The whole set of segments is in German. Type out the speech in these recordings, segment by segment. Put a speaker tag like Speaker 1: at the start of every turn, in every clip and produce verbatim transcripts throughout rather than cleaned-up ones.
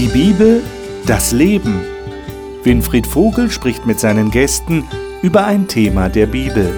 Speaker 1: Bibel, das Leben. Winfried Vogel spricht mit seinen Gästen über ein Thema der Bibel.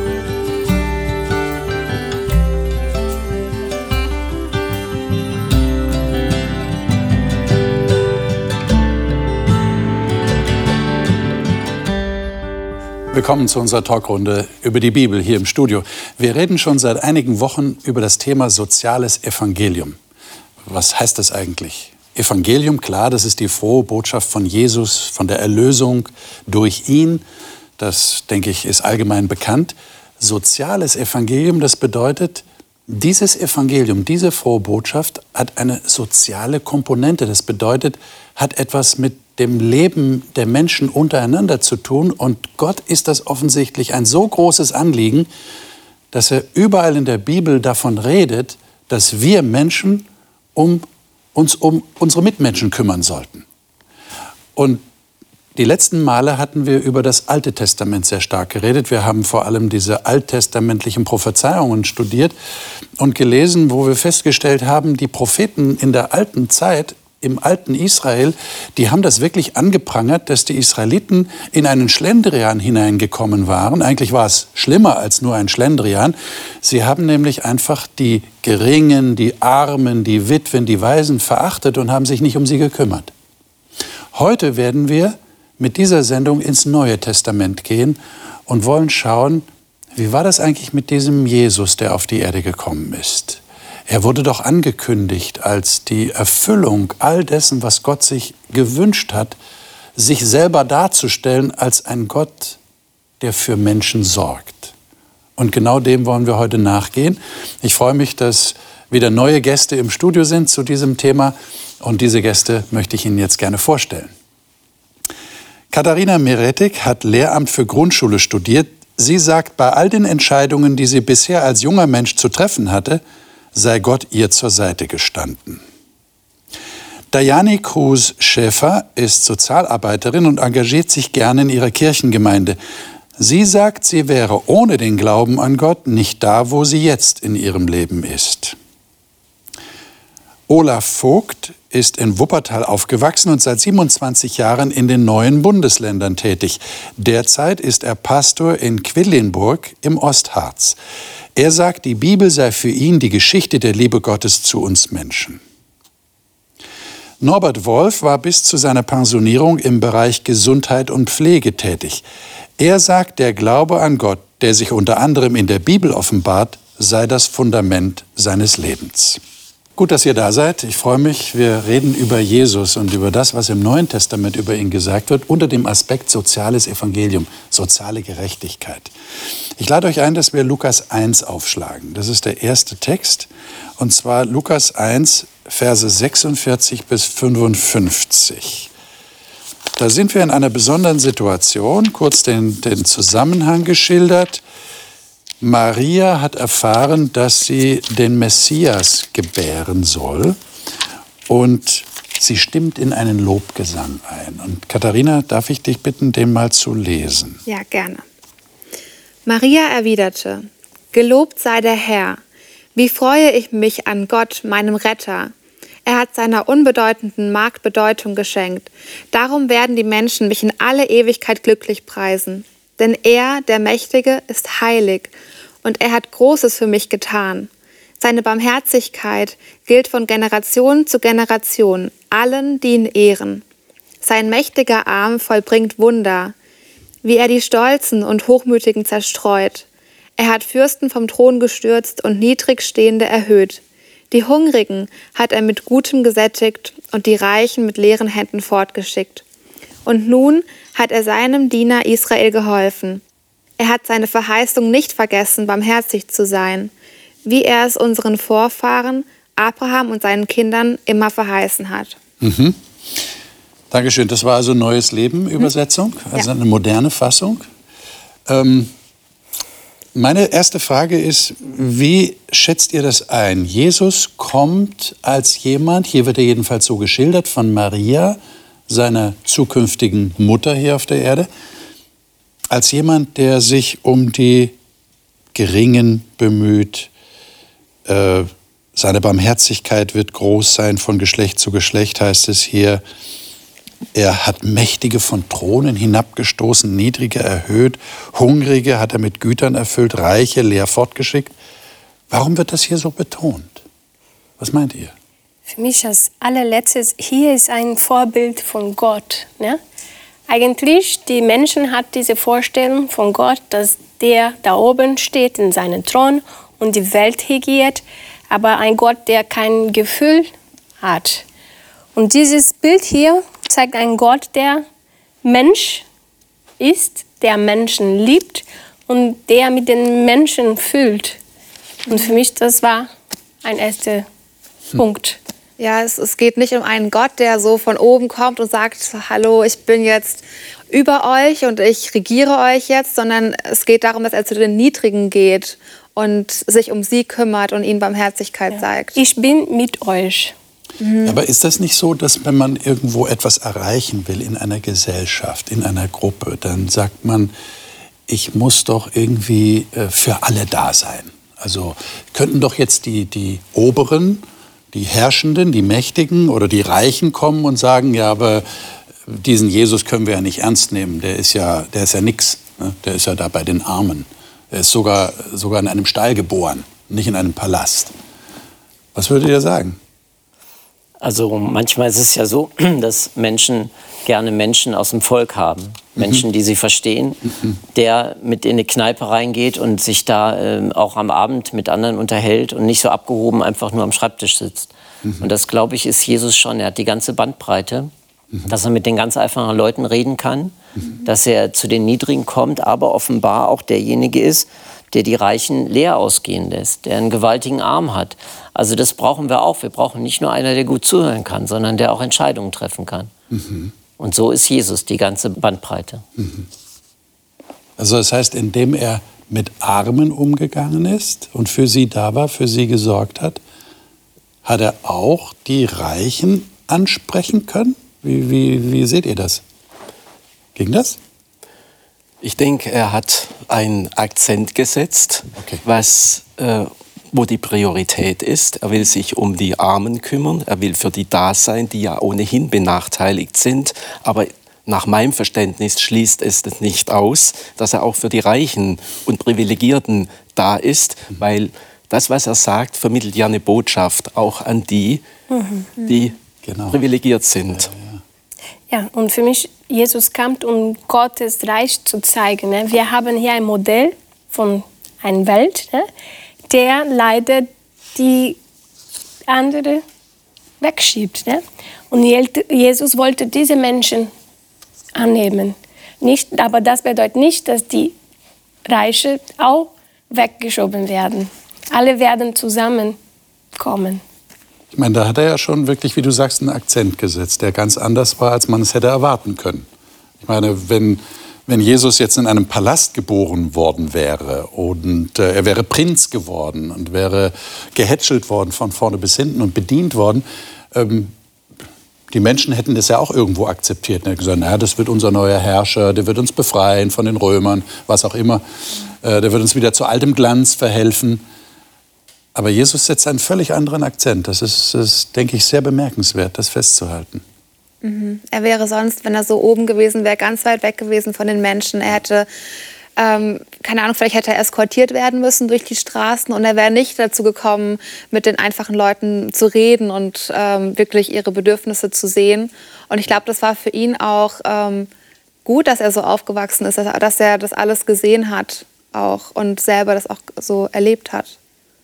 Speaker 2: Willkommen zu unserer Talkrunde über die Bibel hier im Studio. Wir reden schon seit einigen Wochen über das Thema soziales Evangelium. Was heißt das eigentlich? Evangelium, klar, das ist die frohe Botschaft von Jesus, von der Erlösung durch ihn. Das, denke ich, ist allgemein bekannt. Soziales Evangelium, das bedeutet, dieses Evangelium, diese frohe Botschaft hat eine soziale Komponente. Das bedeutet, hat etwas mit dem Leben der Menschen untereinander zu tun. Und Gott ist das offensichtlich ein so großes Anliegen, dass er überall in der Bibel davon redet, dass wir Menschen um, uns um unsere Mitmenschen kümmern sollten. Und die letzten Male hatten wir über das Alte Testament sehr stark geredet. Wir haben vor allem diese alttestamentlichen Prophezeiungen studiert und gelesen, wo wir festgestellt haben, die Propheten in der alten Zeit, im alten Israel, die haben das wirklich angeprangert, dass die Israeliten in einen Schlendrian hineingekommen waren. Eigentlich war es schlimmer als nur ein Schlendrian. Sie haben nämlich einfach die Geringen, die Armen, die Witwen, die Waisen verachtet und haben sich nicht um sie gekümmert. Heute werden wir mit dieser Sendung ins Neue Testament gehen und wollen schauen, wie war das eigentlich mit diesem Jesus, der auf die Erde gekommen ist? Er wurde doch angekündigt als die Erfüllung all dessen, was Gott sich gewünscht hat, sich selber darzustellen als ein Gott, der für Menschen sorgt. Und genau dem wollen wir heute nachgehen. Ich freue mich, dass wieder neue Gäste im Studio sind zu diesem Thema. Und diese Gäste möchte ich Ihnen jetzt gerne vorstellen. Katharina Meretik hat Lehramt für Grundschule studiert. Sie sagt, bei all den Entscheidungen, die sie bisher als junger Mensch zu treffen hatte, sei Gott ihr zur Seite gestanden. Dajani Cruz-Schäfer ist Sozialarbeiterin und engagiert sich gerne in ihrer Kirchengemeinde. Sie sagt, sie wäre ohne den Glauben an Gott nicht da, wo sie jetzt in ihrem Leben ist. Olaf Vogt ist in Wuppertal aufgewachsen und seit siebenundzwanzig Jahren in den neuen Bundesländern tätig. Derzeit ist er Pastor in Quedlinburg im Ostharz. Er sagt, die Bibel sei für ihn die Geschichte der Liebe Gottes zu uns Menschen. Norbert Wolf war bis zu seiner Pensionierung im Bereich Gesundheit und Pflege tätig. Er sagt, der Glaube an Gott, der sich unter anderem in der Bibel offenbart, sei das Fundament seines Lebens. Gut, dass ihr da seid. Ich freue mich. Wir reden über Jesus und über das, was im Neuen Testament über ihn gesagt wird, unter dem Aspekt soziales Evangelium, soziale Gerechtigkeit. Ich lade euch ein, dass wir Lukas eins aufschlagen. Das ist der erste Text, und zwar Lukas eins, Verse sechsundvierzig bis fünfundfünfzig. Da sind wir in einer besonderen Situation, kurz den, den Zusammenhang geschildert. Maria hat erfahren, dass sie den Messias gebären soll, und sie stimmt in einen Lobgesang ein. Und Katharina, darf ich dich bitten, den mal zu lesen?
Speaker 3: Ja, gerne. Maria erwiderte: Gelobt sei der Herr. Wie freue ich mich an Gott, meinem Retter. Er hat seiner unbedeutenden Magd Bedeutung geschenkt. Darum werden die Menschen mich in alle Ewigkeit glücklich preisen. Denn er, der Mächtige, ist heilig, und er hat Großes für mich getan. Seine Barmherzigkeit gilt von Generation zu Generation, allen, die ihn ehren. Sein mächtiger Arm vollbringt Wunder, wie er die Stolzen und Hochmütigen zerstreut. Er hat Fürsten vom Thron gestürzt und Niedrigstehende erhöht. Die Hungrigen hat er mit Gutem gesättigt und die Reichen mit leeren Händen fortgeschickt. Und nun hat er seinem Diener Israel geholfen. Er hat seine Verheißung nicht vergessen, barmherzig zu sein, wie er es unseren Vorfahren, Abraham und seinen Kindern, immer verheißen hat.
Speaker 2: Mhm. Dankeschön. Das war also Neues Leben, Übersetzung, also ja. Eine moderne Fassung. Ähm, meine erste Frage ist, wie schätzt ihr das ein? Jesus kommt als jemand, hier wird er jedenfalls so geschildert, von Maria, seiner zukünftigen Mutter hier auf der Erde, als jemand, der sich um die Geringen bemüht. Äh, seine Barmherzigkeit wird groß sein, von Geschlecht zu Geschlecht heißt es hier. Er hat Mächtige von Thronen hinabgestoßen, Niedrige erhöht, Hungrige hat er mit Gütern erfüllt, Reiche leer fortgeschickt. Warum wird das hier so betont? Was meint ihr?
Speaker 4: Für mich als allerletztes, hier ist ein Vorbild von Gott. Ne? Eigentlich, die Menschen hat diese Vorstellung von Gott, dass der da oben steht in seinem Thron und die Welt regiert, aber ein Gott, der kein Gefühl hat. Und dieses Bild hier zeigt einen Gott, der Mensch ist, der Menschen liebt und der mit den Menschen fühlt. Und für mich, das war ein erster hm. Punkt.
Speaker 3: Ja, es, es geht nicht um einen Gott, der so von oben kommt und sagt, hallo, ich bin jetzt über euch und ich regiere euch jetzt, sondern es geht darum, dass er zu den Niedrigen geht und sich um sie kümmert und ihnen Barmherzigkeit ja. zeigt.
Speaker 4: Ich bin mit euch.
Speaker 2: Mhm. Aber ist das nicht so, dass wenn man irgendwo etwas erreichen will in einer Gesellschaft, in einer Gruppe, dann sagt man, ich muss doch irgendwie äh, für alle da sein. Also könnten doch jetzt die, die Oberen, die Herrschenden, die Mächtigen oder die Reichen kommen und sagen, ja, aber diesen Jesus können wir ja nicht ernst nehmen, der ist ja, der ist ja nix, ne? Der ist ja da bei den Armen. Er ist sogar, sogar in einem Stall geboren, nicht in einem Palast. Was würdet ihr sagen?
Speaker 5: Also manchmal ist es ja so, dass Menschen gerne Menschen aus dem Volk haben. Menschen, mhm. die sie verstehen, mhm. der mit in eine Kneipe reingeht und sich da äh, auch am Abend mit anderen unterhält und nicht so abgehoben einfach nur am Schreibtisch sitzt. Mhm. Und das, glaube ich, ist Jesus schon. Er hat die ganze Bandbreite, mhm. dass er mit den ganz einfachen Leuten reden kann, mhm. dass er zu den Niedrigen kommt, aber offenbar auch derjenige ist, der die Reichen leer ausgehen lässt, der einen gewaltigen Arm hat. Also das brauchen wir auch. Wir brauchen nicht nur einer, der gut zuhören kann, sondern der auch Entscheidungen treffen kann. Mhm. Und so ist Jesus, die ganze Bandbreite.
Speaker 2: Mhm. Also das heißt, indem er mit Armen umgegangen ist und für sie da war, für sie gesorgt hat, hat er auch die Reichen ansprechen können? Wie, wie, wie seht ihr das? Ging das?
Speaker 6: Ich denke, er hat einen Akzent gesetzt, okay. was, äh, wo die Priorität ist. Er will sich um die Armen kümmern, er will für die da sein, die ja ohnehin benachteiligt sind. Aber nach meinem Verständnis schließt es das nicht aus, dass er auch für die Reichen und Privilegierten da ist, mhm. weil das, was er sagt, vermittelt ja eine Botschaft auch an die, mhm. die genau. privilegiert sind.
Speaker 4: Ja, ja. ja, und für mich, Jesus kam, um Gottes Reich zu zeigen. Ne? Wir haben hier ein Modell von einer Welt, ne? der leider die andere wegschiebt. Ne? Und Jesus wollte diese Menschen annehmen. Nicht, aber das bedeutet nicht, dass die Reichen auch weggeschoben werden. Alle werden zusammenkommen.
Speaker 2: Ich meine, da hat er ja schon wirklich, wie du sagst, einen Akzent gesetzt, der ganz anders war, als man es hätte erwarten können. Ich meine, wenn, wenn Jesus jetzt in einem Palast geboren worden wäre und äh, er wäre Prinz geworden und wäre gehätschelt worden von vorne bis hinten und bedient worden, ähm, die Menschen hätten das ja auch irgendwo akzeptiert. Und gesagt, naja, das wird unser neuer Herrscher, der wird uns befreien von den Römern, was auch immer. Äh, der wird uns wieder zu altem Glanz verhelfen. Aber Jesus setzt einen völlig anderen Akzent. Das ist, ist, denke ich, sehr bemerkenswert, das festzuhalten.
Speaker 3: Mhm. Er wäre sonst, wenn er so oben gewesen wäre, ganz weit weg gewesen von den Menschen. Er hätte, ähm, keine Ahnung, vielleicht hätte er eskortiert werden müssen durch die Straßen und er wäre nicht dazu gekommen, mit den einfachen Leuten zu reden und ähm, wirklich ihre Bedürfnisse zu sehen. Und ich glaube, das war für ihn auch ähm, gut, dass er so aufgewachsen ist, dass er das alles gesehen hat auch und selber das auch so erlebt hat.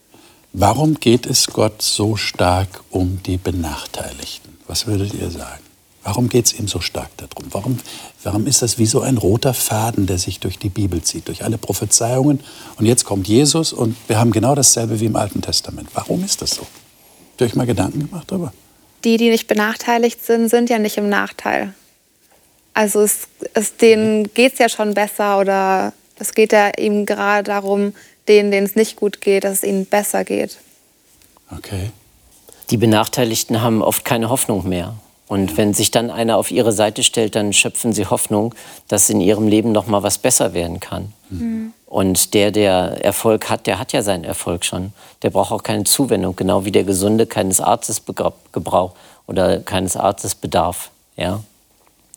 Speaker 2: Warum geht es Gott so stark um die Benachteiligten? Was würdet ihr sagen? Warum geht es ihm so stark darum? Warum, warum ist das wie so ein roter Faden, der sich durch die Bibel zieht, durch alle Prophezeiungen? Und jetzt kommt Jesus und wir haben genau dasselbe wie im Alten Testament. Warum ist das so? Habt ihr euch mal Gedanken gemacht darüber?
Speaker 3: Die, die nicht benachteiligt sind, sind ja nicht im Nachteil. Also es, es, denen geht es ja schon besser oder es geht ja ihm gerade darum, denen, denen es nicht gut geht, dass es ihnen besser geht.
Speaker 2: Okay.
Speaker 5: Die Benachteiligten haben oft keine Hoffnung mehr. Und wenn sich dann einer auf ihre Seite stellt, dann schöpfen sie Hoffnung, dass in ihrem Leben noch mal was besser werden kann. Mhm. Und der, der Erfolg hat, der hat ja seinen Erfolg schon. Der braucht auch keine Zuwendung, genau wie der Gesunde keines Arztes gebraucht oder keines Arztes bedarf. Ja?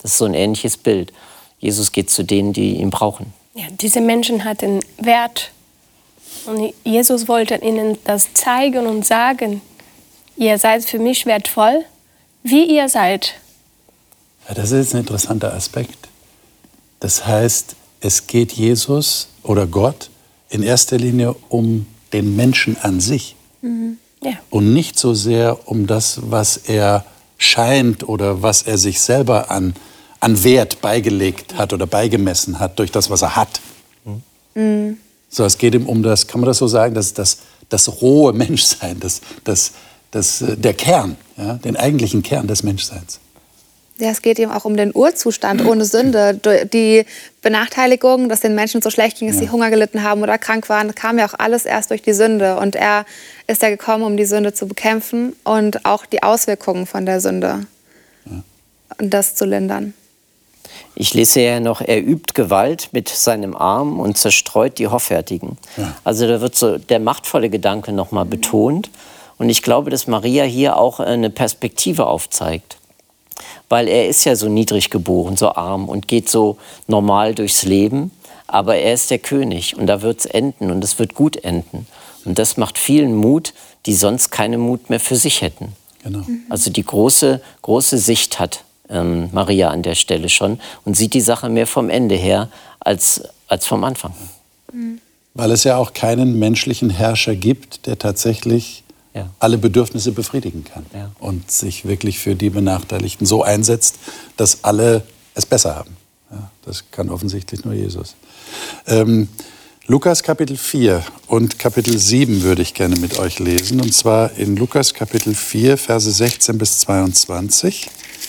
Speaker 5: Das ist so ein ähnliches Bild. Jesus geht zu denen, die ihn brauchen.
Speaker 4: Ja, diese Menschen hatten Wert. Und Jesus wollte ihnen das zeigen und sagen, ihr seid für mich wertvoll, wie ihr seid.
Speaker 2: Ja, das ist jetzt ein interessanter Aspekt. Das heißt, es geht Jesus oder Gott in erster Linie um den Menschen an sich.
Speaker 4: Mhm. Ja.
Speaker 2: Und nicht so sehr um das, was er scheint oder was er sich selber an, an Wert beigelegt hat oder beigemessen hat durch das, was er hat.
Speaker 3: Mhm.
Speaker 2: So, es geht ihm um das, kann man das so sagen, das, das, das rohe Menschsein, das, das, das, der Kern, ja, den eigentlichen Kern des Menschseins.
Speaker 3: Ja, es geht eben auch um den Urzustand ohne Sünde. Die Benachteiligung, dass den Menschen so schlecht ging, dass
Speaker 2: Ja.
Speaker 3: sie Hunger gelitten haben oder krank waren, kam ja auch alles erst durch die Sünde. Und er ist ja gekommen, um die Sünde zu bekämpfen und auch die Auswirkungen von der Sünde
Speaker 2: Ja.
Speaker 3: und das zu lindern.
Speaker 5: Ich lese ja noch, er übt Gewalt mit seinem Arm und zerstreut die Hoffärtigen.
Speaker 2: Ja.
Speaker 5: Also da wird so der machtvolle Gedanke nochmal betont. Und ich glaube, dass Maria hier auch eine Perspektive aufzeigt. Weil er ist ja so niedrig geboren, so arm und geht so normal durchs Leben. Aber er ist der König und da wird es enden und es wird gut enden. Und das macht vielen Mut, die sonst keinen Mut mehr für sich hätten.
Speaker 2: Genau.
Speaker 5: Also die große, große Sicht hat ähm, Maria an der Stelle schon und sieht die Sache mehr vom Ende her als, als vom Anfang.
Speaker 2: Weil es ja auch keinen menschlichen Herrscher gibt, der tatsächlich
Speaker 5: Ja.
Speaker 2: alle Bedürfnisse befriedigen kann
Speaker 5: Ja.
Speaker 2: und sich wirklich für die Benachteiligten so einsetzt, dass alle es besser haben. Ja, das kann offensichtlich nur Jesus. Ähm, Lukas Kapitel vier und Kapitel sieben würde ich gerne mit euch lesen. Und zwar in Lukas Kapitel vier, Verse sechzehn bis zweiundzwanzig.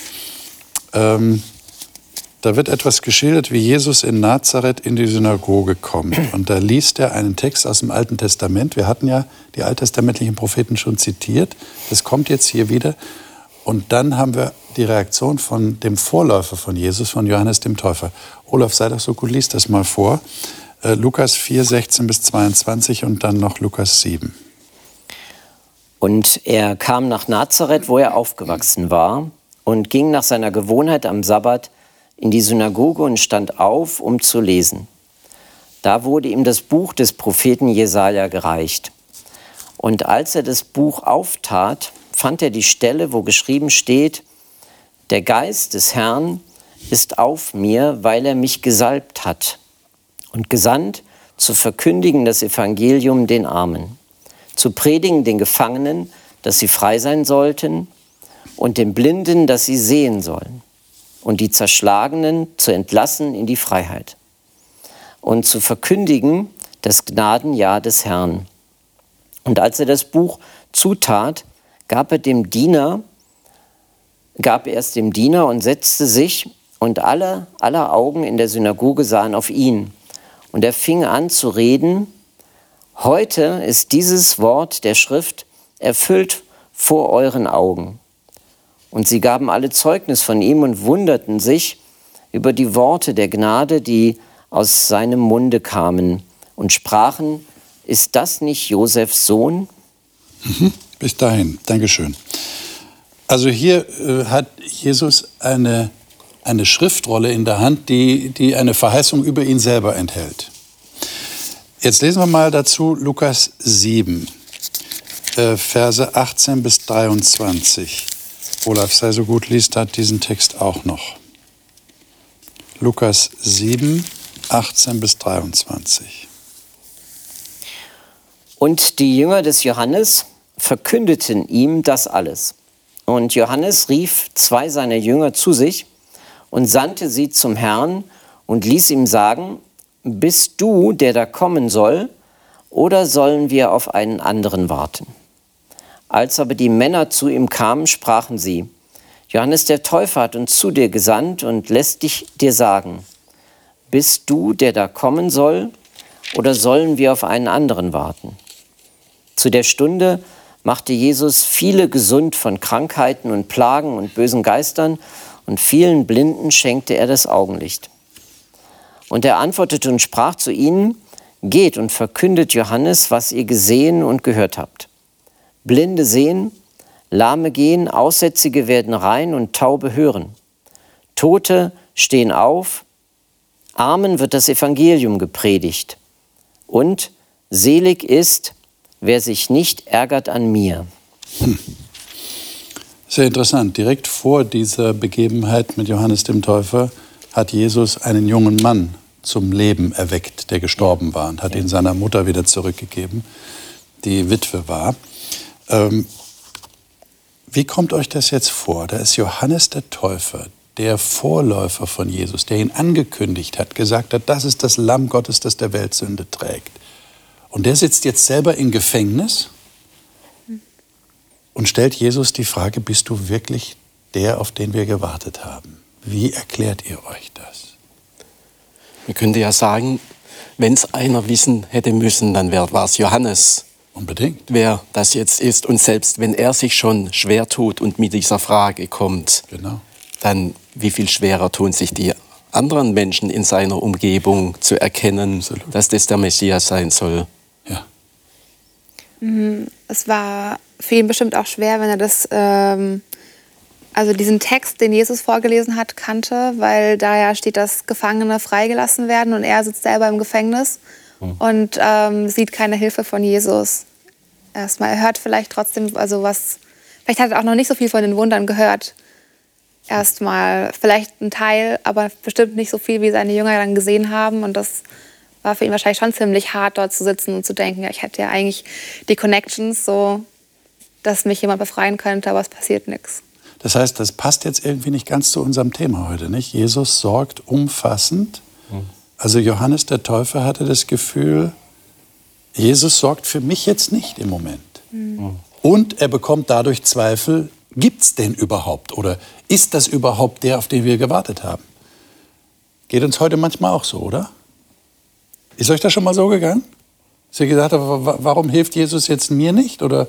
Speaker 2: Ähm, Da wird etwas geschildert, wie Jesus in Nazareth in die Synagoge kommt. Und da liest er einen Text aus dem Alten Testament. Wir hatten ja die alttestamentlichen Propheten schon zitiert. Das kommt jetzt hier wieder. Und dann haben wir die Reaktion von dem Vorläufer von Jesus, von Johannes dem Täufer. Olaf, sei doch so gut, lies das mal vor. Äh, Lukas vier, sechzehn bis zweiundzwanzig und dann noch Lukas sieben.
Speaker 5: Und er kam nach Nazareth, wo er aufgewachsen war, und ging nach seiner Gewohnheit am Sabbat in die Synagoge und stand auf, um zu lesen. Da wurde ihm das Buch des Propheten Jesaja gereicht. Und als er das Buch auftat, fand er die Stelle, wo geschrieben steht: Der Geist des Herrn ist auf mir, weil er mich gesalbt hat und gesandt, zu verkündigen das Evangelium den Armen, zu predigen den Gefangenen, dass sie frei sein sollten, und den Blinden, dass sie sehen sollen, und die Zerschlagenen zu entlassen in die Freiheit und zu verkündigen das Gnadenjahr des Herrn. Und als er das Buch zutat, gab er dem Diener, gab er es dem Diener und setzte sich, und alle, aller Augen in der Synagoge sahen auf ihn. Und er fing an zu reden: Heute ist dieses Wort der Schrift erfüllt vor euren Augen. Und sie gaben alle Zeugnis von ihm und wunderten sich über die Worte der Gnade, die aus seinem Munde kamen, und sprachen: Ist das nicht Josefs Sohn?
Speaker 2: Mhm. Bis dahin, Dankeschön. Also hier äh, hat Jesus eine, eine Schriftrolle in der Hand, die, die eine Verheißung über ihn selber enthält. Jetzt lesen wir mal dazu Lukas sieben, äh, Verse achtzehn bis dreiundzwanzig. Olaf, sei so gut, liest da diesen Text auch noch. Lukas sieben, achtzehn bis dreiundzwanzig.
Speaker 5: Und die Jünger des Johannes verkündeten ihm das alles. Und Johannes rief zwei seiner Jünger zu sich und sandte sie zum Herrn und ließ ihm sagen: Bist du, der da kommen soll, oder sollen wir auf einen anderen warten? Als aber die Männer zu ihm kamen, sprachen sie: Johannes der Täufer hat uns zu dir gesandt und lässt dich dir sagen: Bist du, der da kommen soll, oder sollen wir auf einen anderen warten? Zu der Stunde machte Jesus viele gesund von Krankheiten und Plagen und bösen Geistern, und vielen Blinden schenkte er das Augenlicht. Und er antwortete und sprach zu ihnen: Geht und verkündet Johannes, was ihr gesehen und gehört habt. Blinde sehen, Lahme gehen, Aussätzige werden rein und Taube hören. Tote stehen auf, Armen wird das Evangelium gepredigt und selig ist, wer sich nicht ärgert an mir.
Speaker 2: Hm. Sehr interessant. Direkt vor dieser Begebenheit mit Johannes dem Täufer hat Jesus einen jungen Mann zum Leben erweckt, der gestorben war, und hat ihn seiner Mutter wieder zurückgegeben, die Witwe war. Ähm, wie kommt euch das jetzt vor? Da ist Johannes der Täufer, der Vorläufer von Jesus, der ihn angekündigt hat, gesagt hat, das ist das Lamm Gottes, das der Weltsünde trägt. Und der sitzt jetzt selber im Gefängnis und stellt Jesus die Frage, bist du wirklich der, auf den wir gewartet haben? Wie erklärt ihr euch das?
Speaker 6: Man könnte ja sagen, wenn es einer wissen hätte müssen, dann war es Johannes.
Speaker 2: Unbedingt.
Speaker 6: Wer das jetzt ist. Und selbst wenn er sich schon schwer tut und mit dieser Frage kommt,
Speaker 2: genau. dann
Speaker 6: wie viel schwerer tun sich die anderen Menschen in seiner Umgebung zu erkennen, Absolut. dass das der Messias sein soll.
Speaker 2: Ja.
Speaker 3: Es war für ihn bestimmt auch schwer, wenn er das, ähm, also diesen Text, den Jesus vorgelesen hat, kannte, weil da ja steht, dass Gefangene freigelassen werden und er sitzt selber im Gefängnis mhm. und ähm, sieht keine Hilfe von Jesus. Erstmal, er hört vielleicht trotzdem, also was, vielleicht hat er auch noch nicht so viel von den Wundern gehört. Erstmal vielleicht ein Teil, aber bestimmt nicht so viel, wie seine Jünger dann gesehen haben. Und das war für ihn wahrscheinlich schon ziemlich hart, dort zu sitzen und zu denken, ja, ich hätte ja eigentlich die Connections, so, dass mich jemand befreien könnte, aber es passiert nichts.
Speaker 2: Das heißt, das passt jetzt irgendwie nicht ganz zu unserem Thema heute, nicht? Jesus sorgt umfassend. Also Johannes der Täufer hatte das Gefühl, Jesus sorgt für mich jetzt nicht im Moment. Mhm. Und er bekommt dadurch Zweifel, gibt es denn überhaupt? Oder ist das überhaupt der, auf den wir gewartet haben? Geht uns heute manchmal auch so, oder? Ist euch das schon mal so gegangen? Dass ihr gesagt habt, warum hilft Jesus jetzt mir nicht? Oder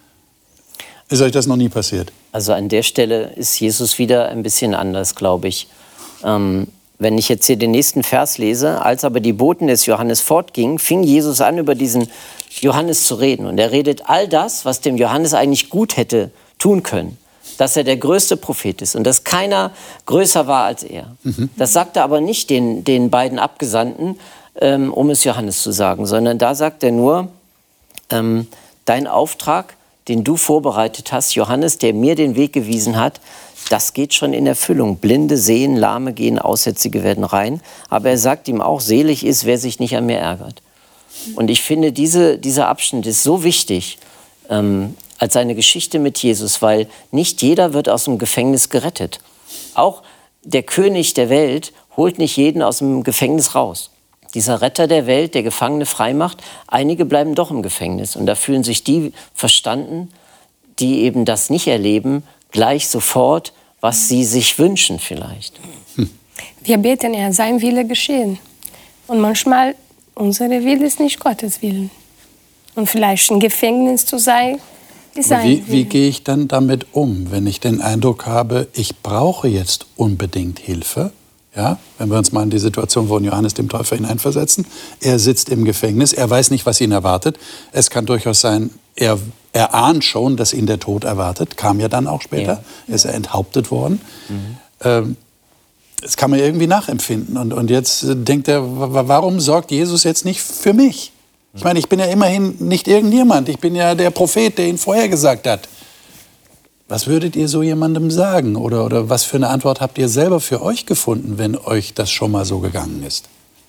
Speaker 2: ist euch das noch nie passiert?
Speaker 5: Also an der Stelle ist Jesus wieder ein bisschen anders, glaube ich. Ähm, wenn ich jetzt hier den nächsten Vers lese, als aber die Boten des Johannes fortgingen, fing Jesus an, über diesen Johannes zu reden. Und er redet all das, was dem Johannes eigentlich gut hätte tun können. Dass er der größte Prophet ist und dass keiner größer war als er. Mhm. Das sagt er aber nicht den, den beiden Abgesandten, ähm, um es Johannes zu sagen, sondern da sagt er nur, ähm, dein Auftrag, den du vorbereitet hast, Johannes, der mir den Weg gewiesen hat, das geht schon in Erfüllung. Blinde sehen, Lahme gehen, Aussätzige werden rein. Aber er sagt ihm auch, selig ist, wer sich nicht an mir ärgert. Und ich finde, diese, dieser Abschnitt ist so wichtig ähm, als eine Geschichte mit Jesus, weil nicht jeder wird aus dem Gefängnis gerettet. Auch der König der Welt holt nicht jeden aus dem Gefängnis raus. Dieser Retter der Welt, der Gefangene freimacht, einige bleiben doch im Gefängnis. Und da fühlen sich die verstanden, die eben das nicht erleben, gleich sofort, was sie sich wünschen vielleicht.
Speaker 4: Hm. Wir beten ja, sein Wille geschehen. Und manchmal, unsere Wille ist nicht Gottes Willen. Und vielleicht im Gefängnis zu sein, ist sein
Speaker 2: Wie, wie gehe ich dann damit um, wenn ich den Eindruck habe, ich brauche jetzt unbedingt Hilfe? Ja, wenn wir uns mal in die Situation von Johannes dem Täufer hineinversetzen. Er sitzt im Gefängnis, er weiß nicht, was ihn erwartet. Es kann durchaus sein, er, er ahnt schon, dass ihn der Tod erwartet. Kam ja dann auch später, ja. Er ist ja enthauptet worden. Mhm. Ähm, das kann man irgendwie nachempfinden. Und, und jetzt denkt er, warum sorgt Jesus jetzt nicht für mich? Ich meine, ich bin ja immerhin nicht irgendjemand. Ich bin ja der Prophet, der ihn vorhergesagt hat. Was würdet ihr so jemandem sagen? Oder, oder was für eine Antwort habt ihr selber für euch gefunden, wenn euch das schon mal so gegangen ist?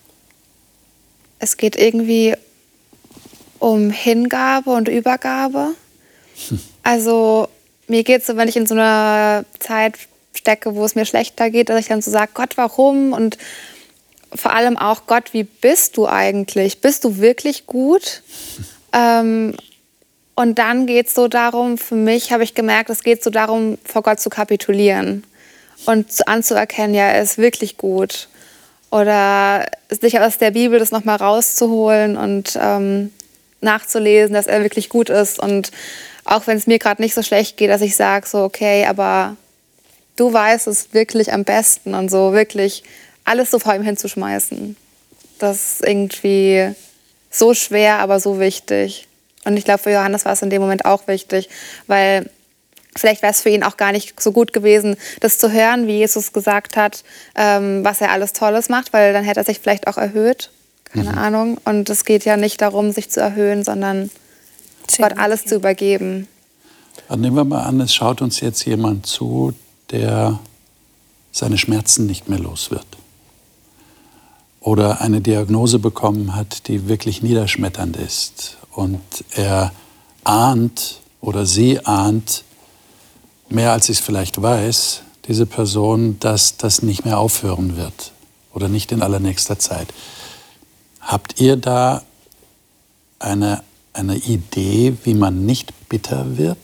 Speaker 3: Es geht irgendwie um Hingabe und Übergabe. Hm. Also mir geht es so, wenn ich in so einer Zeit stecke, wo es mir schlechter geht, dass ich dann so sage, Gott, warum? Und vor allem auch, Gott, wie bist du eigentlich? Bist du wirklich gut? Hm. Ähm, Und dann geht es so darum, für mich habe ich gemerkt, es geht so darum, vor Gott zu kapitulieren und anzuerkennen, ja, er ist wirklich gut. Oder sich aus der Bibel das nochmal rauszuholen und ähm, nachzulesen, dass er wirklich gut ist. Und auch wenn es mir gerade nicht so schlecht geht, dass ich sage, so, okay, aber du weißt es wirklich am besten und so wirklich alles so vor ihm hinzuschmeißen. Das ist irgendwie so schwer, aber so wichtig. Und ich glaube, für Johannes war es in dem Moment auch wichtig, weil Vielleicht wäre es für ihn auch gar nicht so gut gewesen, das zu hören, wie Jesus gesagt hat, ähm, was er alles Tolles macht, weil dann hätte er sich vielleicht auch erhöht. Keine mhm. Ahnung. Und es geht ja nicht darum, sich zu erhöhen, sondern Gott alles zu übergeben.
Speaker 2: Dann nehmen wir mal an, es schaut uns jetzt jemand zu, der seine Schmerzen nicht mehr los wird. Oder eine Diagnose bekommen hat, die wirklich niederschmetternd ist. Und er ahnt oder sie ahnt, mehr als sie es vielleicht weiß, diese Person, dass das nicht mehr aufhören wird oder nicht in allernächster Zeit. Habt ihr da eine, eine Idee, wie man nicht bitter wird?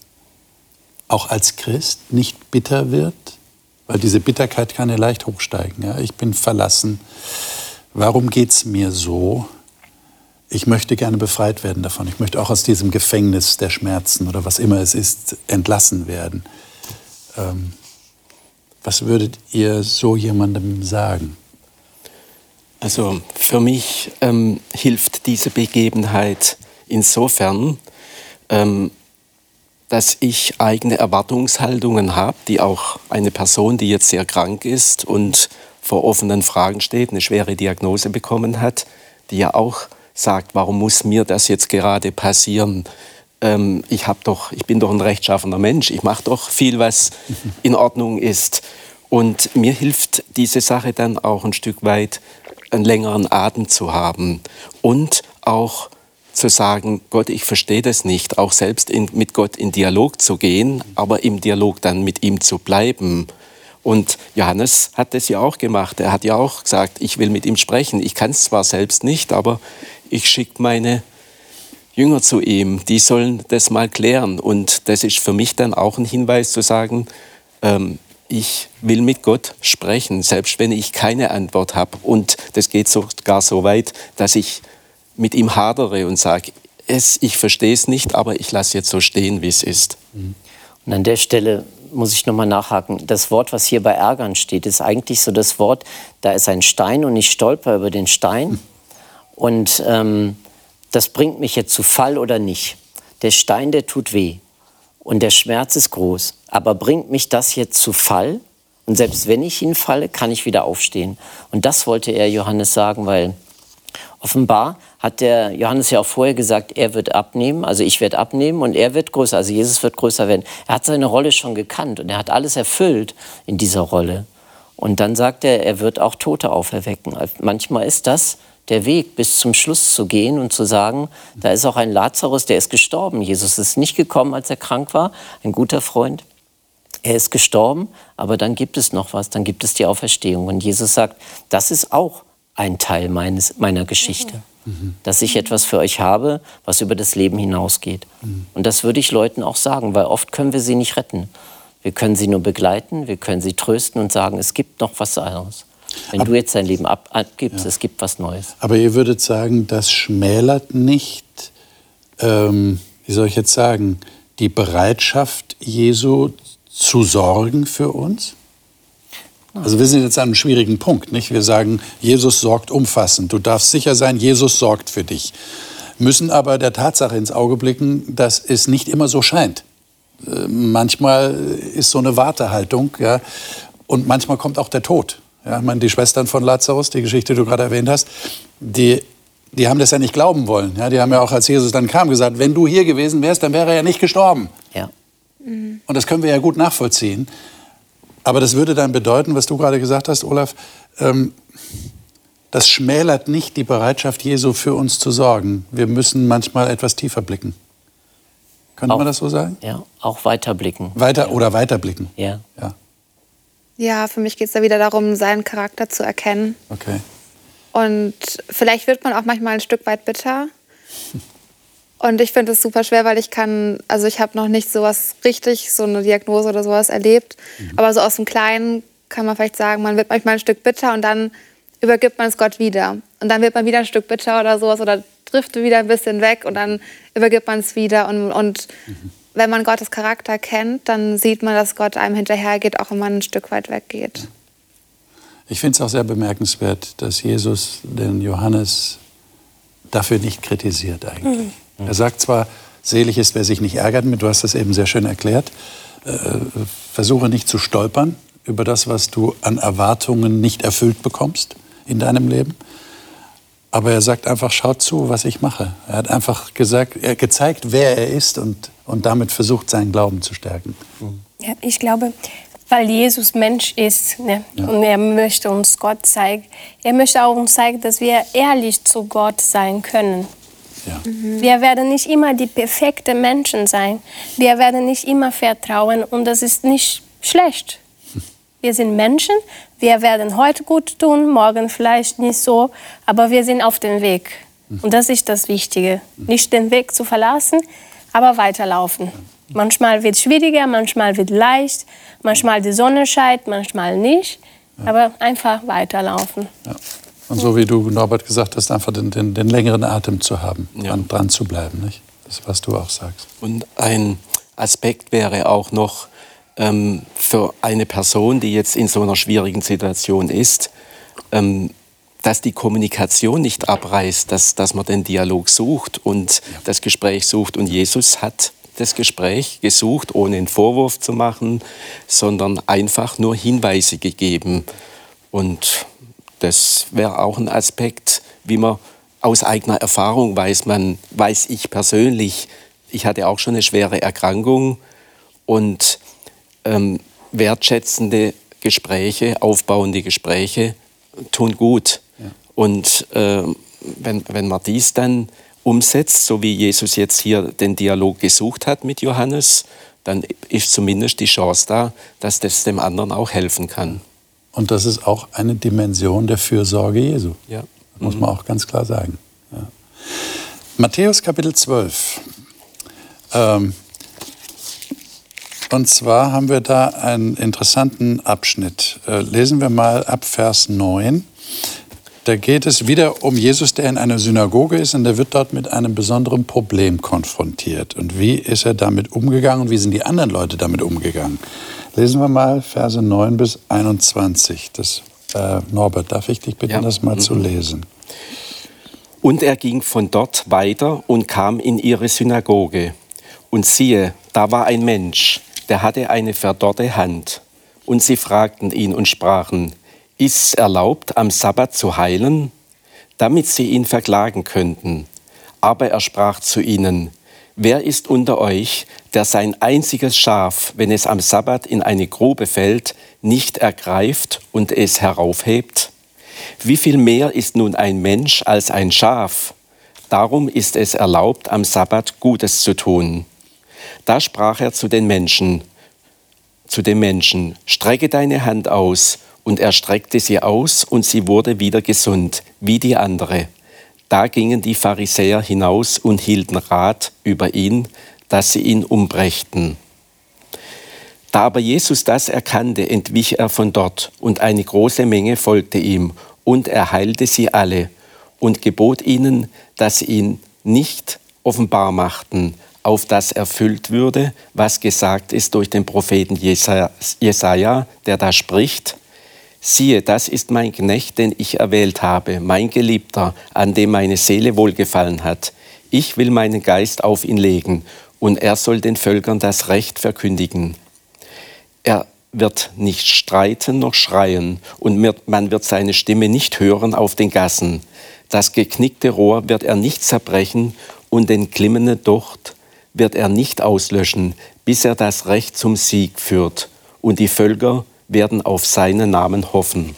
Speaker 2: Auch als Christ nicht bitter wird? Weil diese Bitterkeit kann ja leicht hochsteigen. Ja? Ich bin verlassen. Warum geht es mir so? Ich möchte gerne befreit werden davon. Ich möchte auch aus diesem Gefängnis der Schmerzen oder was immer es ist, entlassen werden. Ähm, was würdet ihr so jemandem sagen?
Speaker 6: Also für mich ähm, hilft diese Begebenheit insofern, ähm, dass ich eigene Erwartungshaltungen habe, die auch eine Person, die jetzt sehr krank ist und vor offenen Fragen steht, eine schwere Diagnose bekommen hat, die ja auch sagt, warum muss mir das jetzt gerade passieren? Ähm, ich, hab doch, ich bin doch ein rechtschaffener Mensch, ich mache doch viel, was in Ordnung ist. Und mir hilft diese Sache dann auch ein Stück weit, einen längeren Atem zu haben und auch zu sagen, Gott, ich verstehe das nicht, auch selbst in, mit Gott in Dialog zu gehen, aber im Dialog dann mit ihm zu bleiben. Und Johannes hat das ja auch gemacht. Er hat ja auch gesagt, ich will mit ihm sprechen. Ich kann es zwar selbst nicht, aber ich schicke meine Jünger zu ihm. Die sollen das mal klären. Und das ist für mich dann auch ein Hinweis zu sagen, ähm, ich will mit Gott sprechen, selbst wenn ich keine Antwort habe. Und das geht sogar so weit, dass ich mit ihm hadere und sage, es, ich verstehe es nicht, aber ich lasse jetzt so stehen, wie es ist.
Speaker 5: Und an der Stelle muss ich nochmal nachhaken. Das Wort, was hier bei Ärgern steht, ist eigentlich so das Wort, da ist ein Stein und ich stolper über den Stein. Und ähm, das bringt mich jetzt zu Fall oder nicht. Der Stein, der tut weh und der Schmerz ist groß. Aber bringt mich das jetzt zu Fall? Und selbst wenn ich hinfalle, kann ich wieder aufstehen. Und das wollte er Johannes sagen, weil offenbar hat der Johannes ja auch vorher gesagt, er wird abnehmen, also ich werde abnehmen und er wird größer, also Jesus wird größer werden. Er hat seine Rolle schon gekannt und er hat alles erfüllt in dieser Rolle. Und dann sagt er, er wird auch Tote auferwecken. Manchmal ist das der Weg, bis zum Schluss zu gehen und zu sagen, da ist auch ein Lazarus, der ist gestorben. Jesus ist nicht gekommen, als er krank war, ein guter Freund. Er ist gestorben, aber dann gibt es noch was, dann gibt es die Auferstehung. Und Jesus sagt, das ist auch ein Teil meines, meiner Geschichte. Mhm. Dass ich etwas für euch habe, was über das Leben hinausgeht. Mhm. Und das würde ich Leuten auch sagen, weil oft können wir sie nicht retten. Wir können sie nur begleiten, wir können sie trösten und sagen, es gibt noch was anderes. Wenn Ab, du jetzt dein Leben ab, abgibst, ja. Es gibt was Neues.
Speaker 2: Aber ihr würdet sagen, das schmälert nicht, ähm, wie soll ich jetzt sagen, die Bereitschaft Jesu zu sorgen für uns? Also wir sind jetzt an einem schwierigen Punkt, nicht? Wir sagen, Jesus sorgt umfassend. Du darfst sicher sein, Jesus sorgt für dich. Müssen aber der Tatsache ins Auge blicken, dass es nicht immer so scheint. Äh, manchmal ist so eine Wartehaltung, ja, und manchmal kommt auch der Tod. Ja, ich meine, die Schwestern von Lazarus, die Geschichte, die du gerade erwähnt hast, die, die haben das ja nicht glauben wollen. Ja, die haben ja auch, als Jesus dann kam, gesagt, wenn du hier gewesen wärst, dann wäre er ja nicht gestorben.
Speaker 5: Ja.
Speaker 3: Mhm.
Speaker 2: Und das können wir ja gut nachvollziehen. Aber das würde dann bedeuten, was du gerade gesagt hast, Olaf, ähm, das schmälert nicht die Bereitschaft Jesu für uns zu sorgen. Wir müssen manchmal etwas tiefer blicken. Könnte
Speaker 5: auch,
Speaker 2: man das so sagen?
Speaker 5: Ja, auch weiter blicken.
Speaker 2: Weiter
Speaker 5: ja.
Speaker 2: oder weiter blicken.
Speaker 5: Ja.
Speaker 2: Ja,
Speaker 3: ja für mich geht es da wieder darum, seinen Charakter zu erkennen.
Speaker 2: Okay.
Speaker 3: Und vielleicht wird man auch manchmal ein Stück weit bitter. Und ich finde es super schwer, weil ich kann, also ich habe noch nicht sowas richtig, so eine Diagnose oder sowas erlebt. Mhm. Aber so aus dem Kleinen kann man vielleicht sagen, man wird manchmal ein Stück bitter und dann übergibt man es Gott wieder. Und dann wird man wieder ein Stück bitter oder sowas oder trifft wieder ein bisschen weg und dann übergibt man es wieder. Und, und mhm. wenn man Gottes Charakter kennt, dann sieht man, dass Gott einem hinterhergeht, auch wenn man ein Stück weit weggeht.
Speaker 2: Ich finde es auch sehr bemerkenswert, dass Jesus den Johannes dafür nicht kritisiert eigentlich. Mhm. Er sagt zwar, Selig ist, wer sich nicht ärgert mit, du hast das eben sehr schön erklärt. Äh, versuche nicht zu stolpern über das, was du an Erwartungen nicht erfüllt bekommst in deinem Leben. Aber er sagt einfach, schaut zu, was ich mache. Er hat einfach gesagt, er gezeigt, wer er ist und, und damit versucht, seinen Glauben zu stärken.
Speaker 4: Ja, ich glaube, weil Jesus Mensch ist, ne? Ja. Und er möchte uns Gott zeigen. Er möchte auch uns zeigen, dass wir ehrlich zu Gott sein können.
Speaker 2: Ja.
Speaker 4: Mhm. Wir werden nicht immer die perfekten Menschen sein. Wir werden nicht immer vertrauen und das ist nicht schlecht. Wir sind Menschen, wir werden heute gut tun, morgen vielleicht nicht so, aber wir sind auf dem Weg. Und das ist das Wichtige. Nicht den Weg zu verlassen, aber weiterlaufen. Manchmal wird es schwieriger, manchmal wird es leicht, manchmal die Sonne scheint, manchmal nicht, aber einfach weiterlaufen.
Speaker 2: Ja. Und so wie du, Norbert, gesagt hast, einfach den, den, den längeren Atem zu haben, ja. dran, dran zu bleiben. Nicht? Das, was du auch sagst.
Speaker 6: Und ein Aspekt wäre auch noch ähm, für eine Person, die jetzt in so einer schwierigen Situation ist, ähm, dass die Kommunikation nicht abreißt, dass, dass man den Dialog sucht und ja. das Gespräch sucht. Und Jesus hat das Gespräch gesucht, ohne einen Vorwurf zu machen, sondern einfach nur Hinweise gegeben. Und das wäre auch ein Aspekt, wie man aus eigener Erfahrung weiß, man weiß ich persönlich, ich hatte auch schon eine schwere Erkrankung und ähm, wertschätzende Gespräche, aufbauende Gespräche tun gut. Ja. Und äh, wenn, wenn man dies dann umsetzt, so wie Jesus jetzt hier den Dialog gesucht hat mit Johannes, dann ist zumindest die Chance da, dass das dem anderen auch helfen kann.
Speaker 2: Und das ist auch eine Dimension der Fürsorge Jesu.
Speaker 6: Ja.
Speaker 2: Muss man auch ganz klar sagen. Ja. Matthäus Kapitel zwölf. Ähm, und zwar haben wir da einen interessanten Abschnitt. Äh, lesen wir mal ab Vers neun. Da geht es wieder um Jesus, der in einer Synagoge ist, und der wird dort mit einem besonderen Problem konfrontiert. Und wie ist er damit umgegangen und wie sind die anderen Leute damit umgegangen? Lesen wir mal Verse neun bis einundzwanzig. Das, äh, Norbert, darf ich dich bitten, ja. das mal mhm. zu lesen?
Speaker 6: Und er ging von dort weiter und kam in ihre Synagoge. Und siehe, da war ein Mensch, der hatte eine verdorrte Hand. Und sie fragten ihn und sprachen, ist's erlaubt, am Sabbat zu heilen? Damit sie ihn verklagen könnten. Aber er sprach zu ihnen, wer ist unter euch, der sein einziges Schaf, wenn es am Sabbat in eine Grube fällt, nicht ergreift und es heraufhebt? Wie viel mehr ist nun ein Mensch als ein Schaf? Darum ist es erlaubt, am Sabbat Gutes zu tun. Da sprach er zu den Menschen, zu dem Menschen, strecke deine Hand aus. Und er streckte sie aus und sie wurde wieder gesund, wie die andere. Da gingen die Pharisäer hinaus und hielten Rat über ihn, dass sie ihn umbrächten. Da aber Jesus das erkannte, entwich er von dort, und eine große Menge folgte ihm, und er heilte sie alle und gebot ihnen, dass sie ihn nicht offenbar machten, auf das erfüllt würde, was gesagt ist durch den Propheten Jesaja, der da spricht, siehe, das ist mein Knecht, den ich erwählt habe, mein Geliebter, an dem meine Seele wohlgefallen hat. Ich will meinen Geist auf ihn legen, und er soll den Völkern das Recht verkündigen. Er wird nicht streiten noch schreien, und man wird seine Stimme nicht hören auf den Gassen. Das geknickte Rohr wird er nicht zerbrechen, und den glimmenden Docht wird er nicht auslöschen, bis er das Recht zum Sieg führt, und die Völker werden auf seinen Namen hoffen.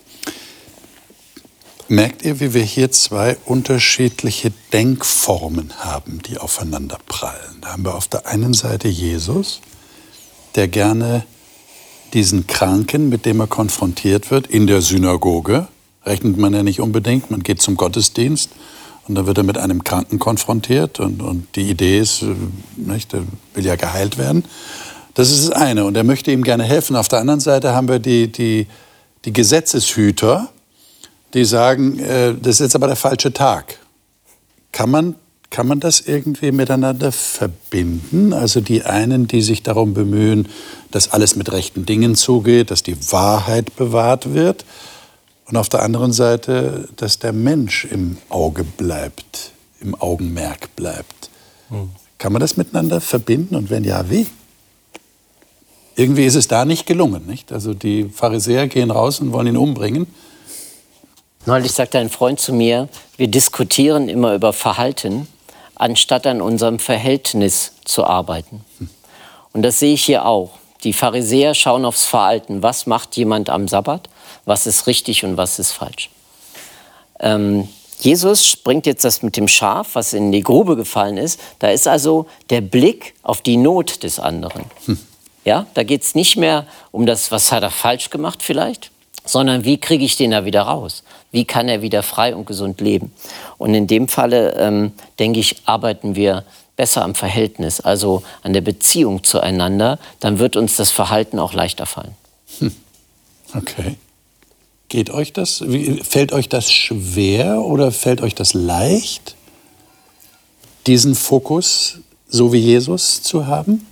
Speaker 2: Merkt ihr, wie wir hier zwei unterschiedliche Denkformen haben, die aufeinander prallen? Da haben wir auf der einen Seite Jesus, der gerne diesen Kranken, mit dem er konfrontiert wird, in der Synagoge, rechnet man ja nicht unbedingt, man geht zum Gottesdienst und dann wird er mit einem Kranken konfrontiert und, und die Idee ist, nicht, der will ja geheilt werden. Das ist das eine und er möchte ihm gerne helfen. Auf der anderen Seite haben wir die, die, die Gesetzeshüter, die sagen, äh, das ist jetzt aber der falsche Tag. Kann man, kann man das irgendwie miteinander verbinden? Also die einen, die sich darum bemühen, dass alles mit rechten Dingen zugeht, dass die Wahrheit bewahrt wird. Und auf der anderen Seite, dass der Mensch im Auge bleibt, im Augenmerk bleibt. Mhm. Kann man das miteinander verbinden und wenn ja, wie? Irgendwie ist es da nicht gelungen, nicht? Also die Pharisäer gehen raus und wollen ihn umbringen.
Speaker 5: Neulich sagte ein Freund zu mir, wir diskutieren immer über Verhalten, anstatt an unserem Verhältnis zu arbeiten. Und das sehe ich hier auch. Die Pharisäer schauen aufs Verhalten. Was macht jemand am Sabbat? Was ist richtig und was ist falsch? Ähm, Jesus bringt jetzt das mit dem Schaf, was in die Grube gefallen ist. Da ist also der Blick auf die Not des anderen. Hm. Ja, da geht es nicht mehr um das, was hat er falsch gemacht vielleicht, sondern wie kriege ich den da wieder raus? Wie kann er wieder frei und gesund leben? Und in dem Falle, ähm, denke ich, arbeiten wir besser am Verhältnis, also an der Beziehung zueinander. Dann wird uns das Verhalten auch leichter fallen.
Speaker 2: Hm. Okay. Geht euch das? Wie, fällt euch das schwer oder fällt euch das leicht, diesen Fokus so wie Jesus zu haben?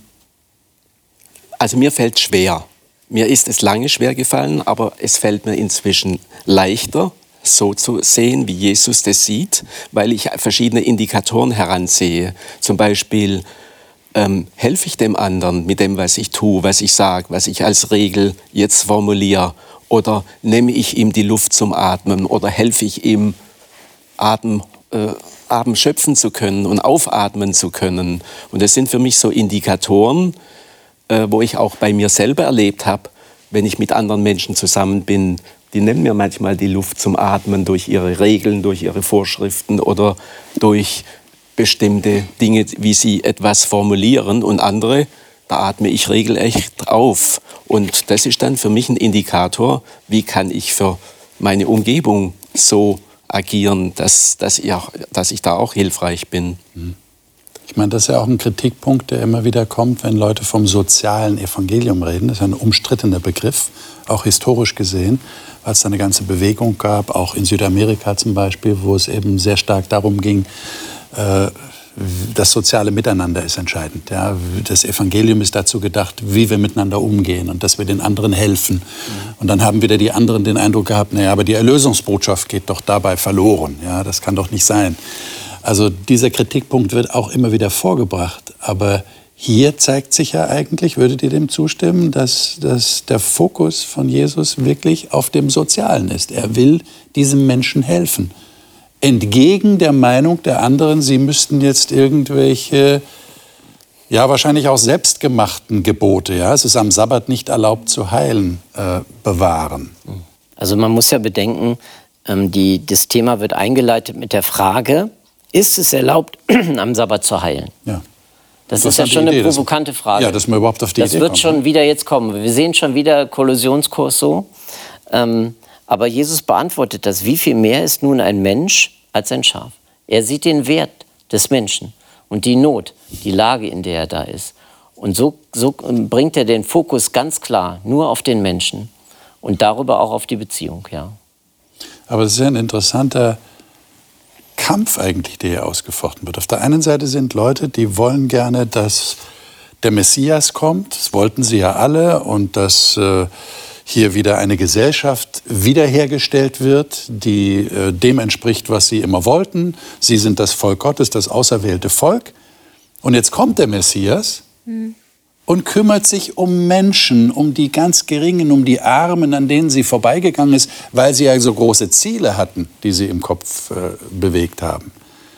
Speaker 6: Also mir fällt es schwer. Mir ist es lange schwer gefallen, aber es fällt mir inzwischen leichter, so zu sehen, wie Jesus das sieht, weil ich verschiedene Indikatoren heransehe. Zum Beispiel ähm, helfe ich dem anderen mit dem, was ich tue, was ich sage, was ich als Regel jetzt formuliere. Oder nehme ich ihm die Luft zum Atmen oder helfe ich ihm, Atem, äh, Atem schöpfen zu können und aufatmen zu können. Und das sind für mich so Indikatoren, äh, wo ich auch bei mir selber erlebt habe, wenn ich mit anderen Menschen zusammen bin. Die nehmen mir manchmal die Luft zum Atmen durch ihre Regeln, durch ihre Vorschriften oder durch bestimmte Dinge, wie sie etwas formulieren. Und andere, da atme ich regelrecht auf. Und das ist dann für mich ein Indikator, wie kann ich für meine Umgebung so agieren, dass, dass, ich, auch, dass ich da auch hilfreich bin.
Speaker 2: Ich meine, das ist ja auch ein Kritikpunkt, der immer wieder kommt, wenn Leute vom sozialen Evangelium reden. Das ist ein umstrittener Begriff, auch historisch gesehen, weil es da eine ganze Bewegung gab, auch in Südamerika zum Beispiel, wo es eben sehr stark darum ging, äh, das soziale Miteinander ist entscheidend. Ja. Das Evangelium ist dazu gedacht, wie wir miteinander umgehen und dass wir den anderen helfen. Mhm. Und dann haben wieder die anderen den Eindruck gehabt, naja, aber die Erlösungsbotschaft geht doch dabei verloren. Ja, das kann doch nicht sein. Also dieser Kritikpunkt wird auch immer wieder vorgebracht. Aber hier zeigt sich ja eigentlich, würdet ihr dem zustimmen, dass, dass der Fokus von Jesus wirklich auf dem Sozialen ist. Er will diesem Menschen helfen. Entgegen der Meinung der anderen, sie müssten jetzt irgendwelche, ja wahrscheinlich auch selbstgemachten Gebote, ja, es ist am Sabbat nicht erlaubt zu heilen, äh, bewahren.
Speaker 5: Also man muss ja bedenken, ähm, die, das Thema wird eingeleitet mit der Frage, ist es erlaubt, am Sabbat zu heilen?
Speaker 2: Ja.
Speaker 5: Das ist ja schon eine provokante Frage.
Speaker 2: Ja, dass man überhaupt auf die
Speaker 5: das
Speaker 2: Idee kommt.
Speaker 5: Das wird schon wieder jetzt kommen. Wir sehen schon wieder Kollisionskurs so. Ähm, aber Jesus beantwortet das. Wie viel mehr ist nun ein Mensch als ein Schaf? Er sieht den Wert des Menschen und die Not, die Lage, in der er da ist. Und so, so bringt er den Fokus ganz klar nur auf den Menschen und darüber auch auf die Beziehung. Ja.
Speaker 2: Aber das ist ja ein interessanter Kampf eigentlich, der hier ausgefochten wird. Auf der einen Seite sind Leute, die wollen gerne, dass der Messias kommt. Das wollten sie ja alle. Und dass äh, hier wieder eine Gesellschaft wiederhergestellt wird, die äh, dem entspricht, was sie immer wollten. Sie sind das Volk Gottes, das auserwählte Volk. Und jetzt kommt der Messias mhm. und kümmert sich um Menschen, um die ganz Geringen, um die Armen, an denen sie vorbeigegangen ist, weil sie ja so große Ziele hatten, die sie im Kopf äh, bewegt haben.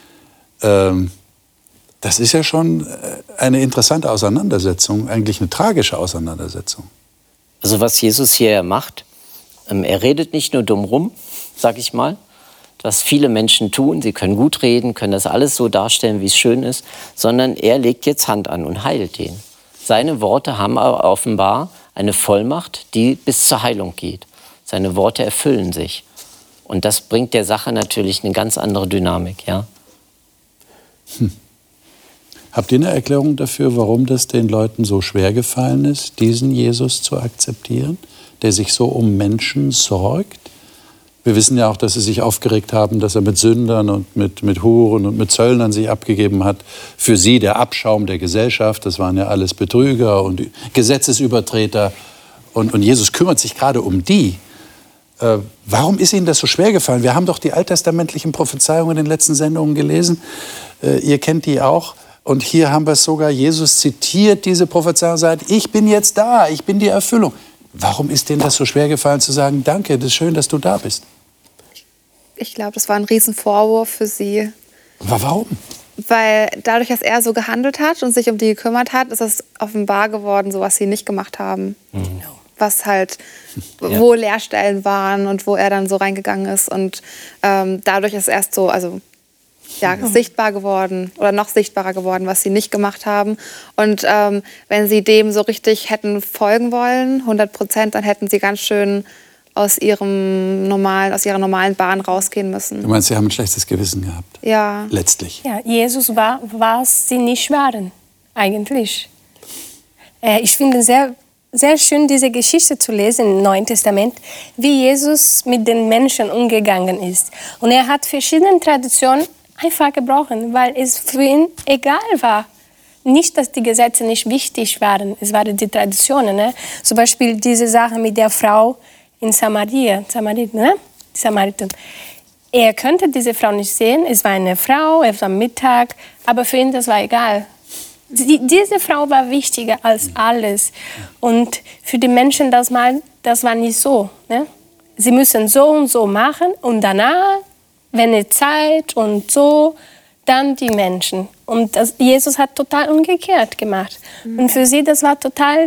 Speaker 2: Ähm, das ist ja schon eine interessante Auseinandersetzung, eigentlich eine tragische Auseinandersetzung.
Speaker 5: Also was Jesus hier macht, ähm, er redet nicht nur dumm rum, sag ich mal, was viele Menschen tun, sie können gut reden, können das alles so darstellen, wie es schön ist, sondern er legt jetzt Hand an und heilt den. Seine Worte haben aber offenbar eine Vollmacht, die bis zur Heilung geht. Seine Worte erfüllen sich. Und das bringt der Sache natürlich eine ganz andere Dynamik. Ja?
Speaker 2: Hm. Habt ihr eine Erklärung dafür, warum das den Leuten so schwer gefallen ist, diesen Jesus zu akzeptieren, der sich so um Menschen sorgt? Wir wissen ja auch, dass sie sich aufgeregt haben, dass er mit Sündern und mit, mit Huren und mit Zöllnern sich abgegeben hat. Für sie der Abschaum der Gesellschaft, das waren ja alles Betrüger und Gesetzesübertreter. Und, und Jesus kümmert sich gerade um die. Äh, warum ist Ihnen das so schwer gefallen? Wir haben doch die alttestamentlichen Prophezeiungen in den letzten Sendungen gelesen. Äh, ihr kennt die auch. Und hier haben wir es sogar, Jesus zitiert diese Prophezeiung und sagt, ich bin jetzt da, ich bin die Erfüllung. Warum ist denen das so schwer gefallen zu sagen, danke, das ist schön, dass du da bist?
Speaker 3: Ich glaube, das war ein Riesenvorwurf für sie.
Speaker 2: Warum?
Speaker 3: Weil dadurch, dass er so gehandelt hat und sich um die gekümmert hat, ist es offenbar geworden, so was sie nicht gemacht haben. Mhm. Was halt, ja. wo Leerstellen waren und wo er dann so reingegangen ist. Und ähm, dadurch ist erst so, also ja, mhm. sichtbar geworden oder noch sichtbarer geworden, was sie nicht gemacht haben. Und ähm, wenn sie dem so richtig hätten folgen wollen, hundert Prozent, dann hätten sie ganz schön aus ihrem normalen, aus ihrer normalen Bahn rausgehen müssen.
Speaker 2: Du meinst, sie haben ein schlechtes Gewissen gehabt?
Speaker 3: Ja.
Speaker 2: Letztlich.
Speaker 4: Ja, Jesus war, was sie nicht waren, eigentlich. Äh, ich finde sehr, sehr schön, diese Geschichte zu lesen im Neuen Testament, wie Jesus mit den Menschen umgegangen ist. Und er hat verschiedene Traditionen einfach gebrochen, weil es für ihn egal war. Nicht, dass die Gesetze nicht wichtig waren, es waren die Traditionen. Ne? Zum Beispiel diese Sache mit der Frau in Samaria, Samarit, ne? Die Samariten. Er könnte diese Frau nicht sehen, es war eine Frau, es war Mittag, aber für ihn das war egal. Die, diese Frau war wichtiger als alles. Und für die Menschen das, mal, das war nicht so. Ne? Sie müssen so und so machen und danach, wenn es Zeit und so, dann die Menschen. Und das, Jesus hat total umgekehrt gemacht. Mhm. Und für sie, das war total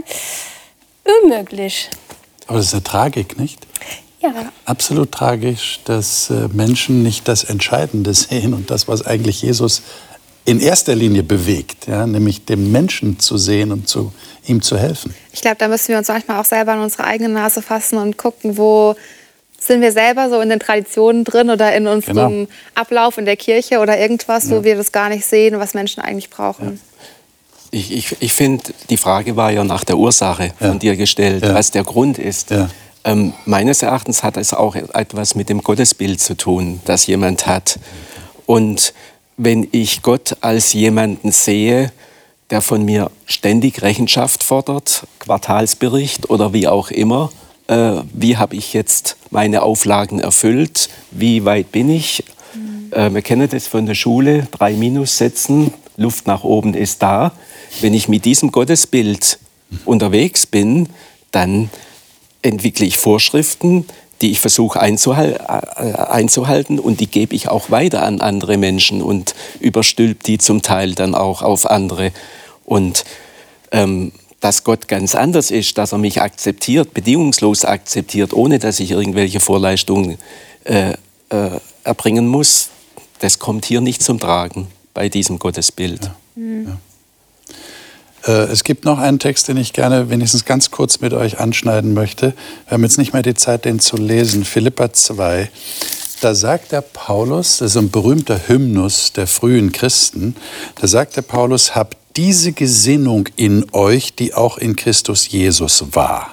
Speaker 4: unmöglich.
Speaker 2: Aber das ist eine Tragik, nicht?
Speaker 4: Ja.
Speaker 2: Absolut tragisch, dass äh, Menschen nicht das Entscheidende sehen und das, was eigentlich Jesus in erster Linie bewegt, ja, nämlich den Menschen zu sehen und zu, ihm zu helfen.
Speaker 3: Ich glaube, da müssen wir uns manchmal auch selber in unsere eigene Nase fassen und gucken, wo sind wir selber so in den Traditionen drin oder in unserem genau. Ablauf in der Kirche oder irgendwas, wo ja. wir das gar nicht sehen, was Menschen eigentlich brauchen. Ja.
Speaker 6: Ich, ich, ich finde, die Frage war ja nach der Ursache ja. von dir gestellt, ja. was der Grund ist. Ja. Ähm, meines Erachtens hat es auch etwas mit dem Gottesbild zu tun, das jemand hat. Und wenn ich Gott als jemanden sehe, der von mir ständig Rechenschaft fordert, Quartalsbericht oder wie auch immer, äh, wie habe ich jetzt meine Auflagen erfüllt, wie weit bin ich? Mhm. Äh, wir kennen das von der Schule, drei Minussätzen, Luft nach oben ist da. Wenn ich mit diesem Gottesbild unterwegs bin, dann entwickle ich Vorschriften, die ich versuche einzuhal- einzuhalten und die gebe ich auch weiter an andere Menschen und überstülpe die zum Teil dann auch auf andere. Und ähm, dass Gott ganz anders ist, dass er mich akzeptiert, bedingungslos akzeptiert, ohne dass ich irgendwelche Vorleistungen äh, äh, erbringen muss, das kommt hier nicht zum Tragen bei diesem Gottesbild.
Speaker 2: Ja. Mhm. Ja. Es gibt noch einen Text, den ich gerne wenigstens ganz kurz mit euch anschneiden möchte. Wir haben jetzt nicht mehr die Zeit, den zu lesen. Philipper zwei. Da sagt der Paulus, das ist ein berühmter Hymnus der frühen Christen, da sagt der Paulus, habt diese Gesinnung in euch, die auch in Christus Jesus war.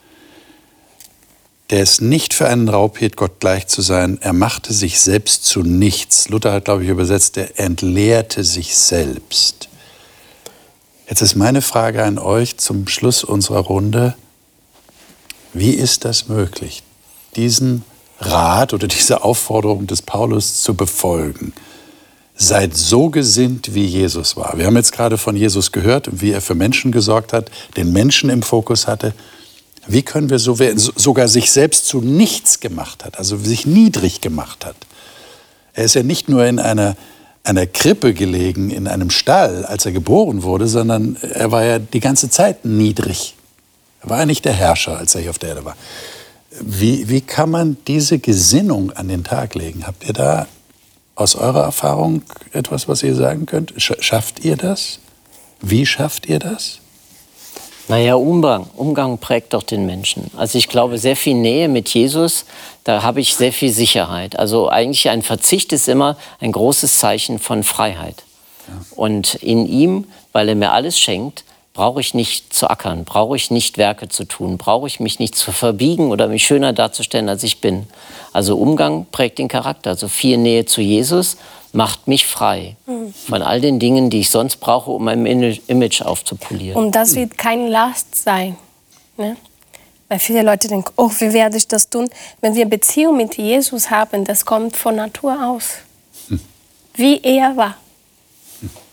Speaker 2: Der es nicht für einen Raub hielt, Gott gleich zu sein. Er machte sich selbst zu nichts. Luther hat, glaube ich, übersetzt, er entleerte sich selbst. Jetzt ist meine Frage an euch zum Schluss unserer Runde. Wie ist das möglich, diesen Rat oder diese Aufforderung des Paulus zu befolgen? Seid so gesinnt, wie Jesus war. Wir haben jetzt gerade von Jesus gehört, wie er für Menschen gesorgt hat, den Menschen im Fokus hatte. Wie können wir so werden, sogar sich selbst zu nichts gemacht hat, also sich niedrig gemacht hat? Er ist ja nicht nur in einer einer Krippe gelegen, in einem Stall, als er geboren wurde, sondern er war ja die ganze Zeit niedrig. Er war ja nicht der Herrscher, als er hier auf der Erde war. Wie, wie kann man diese Gesinnung an den Tag legen? Habt ihr da aus eurer Erfahrung etwas, was ihr sagen könnt? Schafft ihr das? Wie schafft ihr das?
Speaker 5: Naja, Umgang. Umgang prägt doch den Menschen. Also ich glaube, sehr viel Nähe mit Jesus, da habe ich sehr viel Sicherheit. Also eigentlich ein Verzicht ist immer ein großes Zeichen von Freiheit. Ja. Und in ihm, weil er mir alles schenkt, brauche ich nicht zu ackern, brauche ich nicht Werke zu tun, brauche ich mich nicht zu verbiegen oder mich schöner darzustellen, als ich bin. Also Umgang prägt den Charakter. Also viel Nähe zu Jesus macht mich frei von all den Dingen, die ich sonst brauche, um mein Image aufzupolieren.
Speaker 4: Und das wird keine Last sein. Ne? Weil viele Leute denken, oh, wie werde ich das tun? Wenn wir Beziehung mit Jesus haben, das kommt von Natur aus. Hm. Wie er war.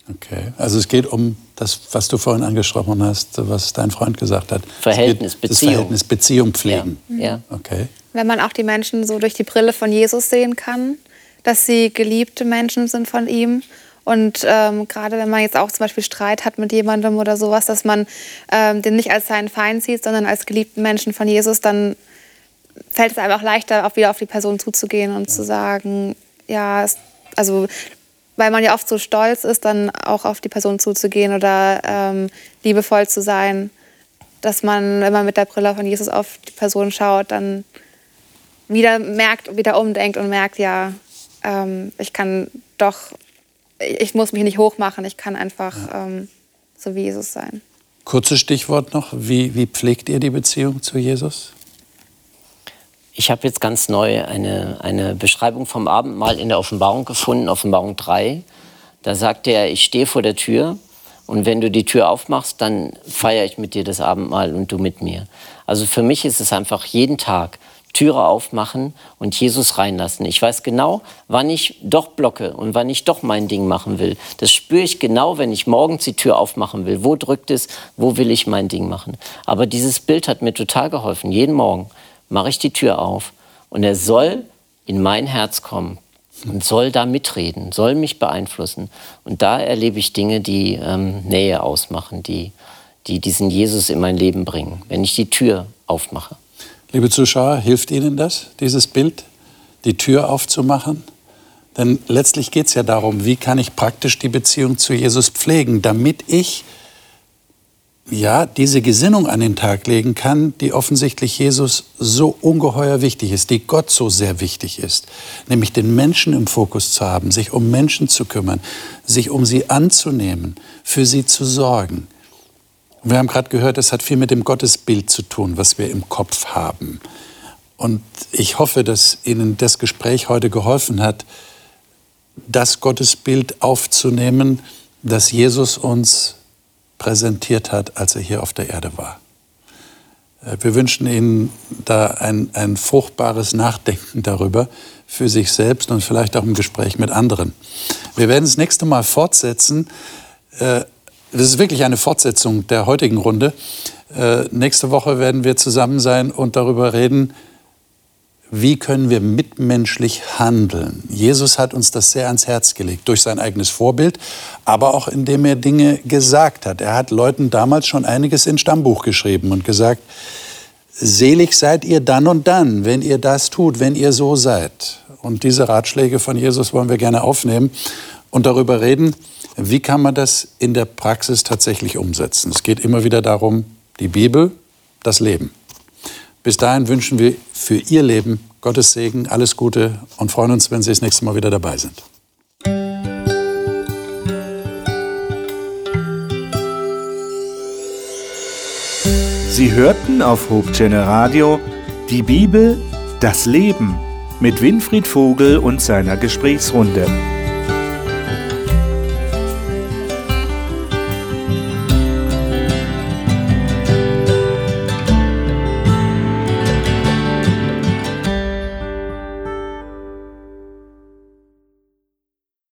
Speaker 2: Okay, also es geht um das, was du vorhin angesprochen hast, was dein Freund gesagt hat.
Speaker 5: Verhältnis,
Speaker 2: geht,
Speaker 5: Beziehung.
Speaker 2: Das Verhältnis, Beziehung pflegen.
Speaker 5: Ja. Ja.
Speaker 2: Okay.
Speaker 3: Wenn man auch die Menschen so durch die Brille von Jesus sehen kann, dass sie geliebte Menschen sind von ihm. Und ähm, gerade wenn man jetzt auch zum Beispiel Streit hat mit jemandem oder sowas, dass man ähm, den nicht als seinen Feind sieht, sondern als geliebten Menschen von Jesus, dann fällt es einem auch leichter, auch wieder auf die Person zuzugehen und ja. zu sagen, ja, es, also weil man ja oft so stolz ist, dann auch auf die Person zuzugehen oder ähm, liebevoll zu sein, dass man, wenn man mit der Brille von Jesus auf die Person schaut, dann wieder merkt, wieder umdenkt und merkt, ja, ähm, ich kann doch, ich muss mich nicht hochmachen, ich kann einfach ja. ähm, so wie Jesus sein.
Speaker 2: Kurzes Stichwort noch, wie, wie pflegt ihr die Beziehung zu Jesus?
Speaker 5: Ich habe jetzt ganz neu eine, eine Beschreibung vom Abendmahl in der Offenbarung gefunden, Offenbarung drei. Da sagt er, ich stehe vor der Tür und wenn du die Tür aufmachst, dann feiere ich mit dir das Abendmahl und du mit mir. Also für mich ist es einfach jeden Tag Türe aufmachen und Jesus reinlassen. Ich weiß genau, wann ich doch blocke und wann ich doch mein Ding machen will. Das spüre ich genau, wenn ich morgens die Tür aufmachen will. Wo drückt es, wo will ich mein Ding machen? Aber dieses Bild hat mir total geholfen. Jeden Morgen mache ich die Tür auf und er soll in mein Herz kommen und soll da mitreden, soll mich beeinflussen. Und da erlebe ich Dinge, die ähm, Nähe ausmachen, die, die diesen Jesus in mein Leben bringen, wenn ich die Tür aufmache.
Speaker 2: Liebe Zuschauer, hilft Ihnen das, dieses Bild, die Tür aufzumachen? Denn letztlich geht es ja darum, wie kann ich praktisch die Beziehung zu Jesus pflegen, damit ich ja, diese Gesinnung an den Tag legen kann, die offensichtlich Jesus so ungeheuer wichtig ist, die Gott so sehr wichtig ist. Nämlich den Menschen im Fokus zu haben, sich um Menschen zu kümmern, sich um sie anzunehmen, für sie zu sorgen. Wir haben gerade gehört, es hat viel mit dem Gottesbild zu tun, was wir im Kopf haben. Und ich hoffe, dass Ihnen das Gespräch heute geholfen hat, das Gottesbild aufzunehmen, das Jesus uns präsentiert hat, als er hier auf der Erde war. Wir wünschen Ihnen da ein, ein fruchtbares Nachdenken darüber für sich selbst und vielleicht auch im Gespräch mit anderen. Wir werden es nächste Mal fortsetzen. Das ist wirklich eine Fortsetzung der heutigen Runde. Nächste Woche werden wir zusammen sein und darüber reden, wie können wir mitmenschlich handeln. Jesus hat uns das sehr ans Herz gelegt, durch sein eigenes Vorbild, aber auch indem er Dinge gesagt hat. Er hat Leuten damals schon einiges ins Stammbuch geschrieben und gesagt, selig seid ihr dann und dann, wenn ihr das tut, wenn ihr so seid. Und diese Ratschläge von Jesus wollen wir gerne aufnehmen und darüber reden, wie kann man das in der Praxis tatsächlich umsetzen. Es geht immer wieder darum, die Bibel, das Leben. Bis dahin wünschen wir für Ihr Leben Gottes Segen, alles Gute und freuen uns, wenn Sie das nächste Mal wieder dabei sind.
Speaker 1: Sie hörten auf Hope Channel Radio die Bibel, das Leben mit Winfried Vogel und seiner Gesprächsrunde.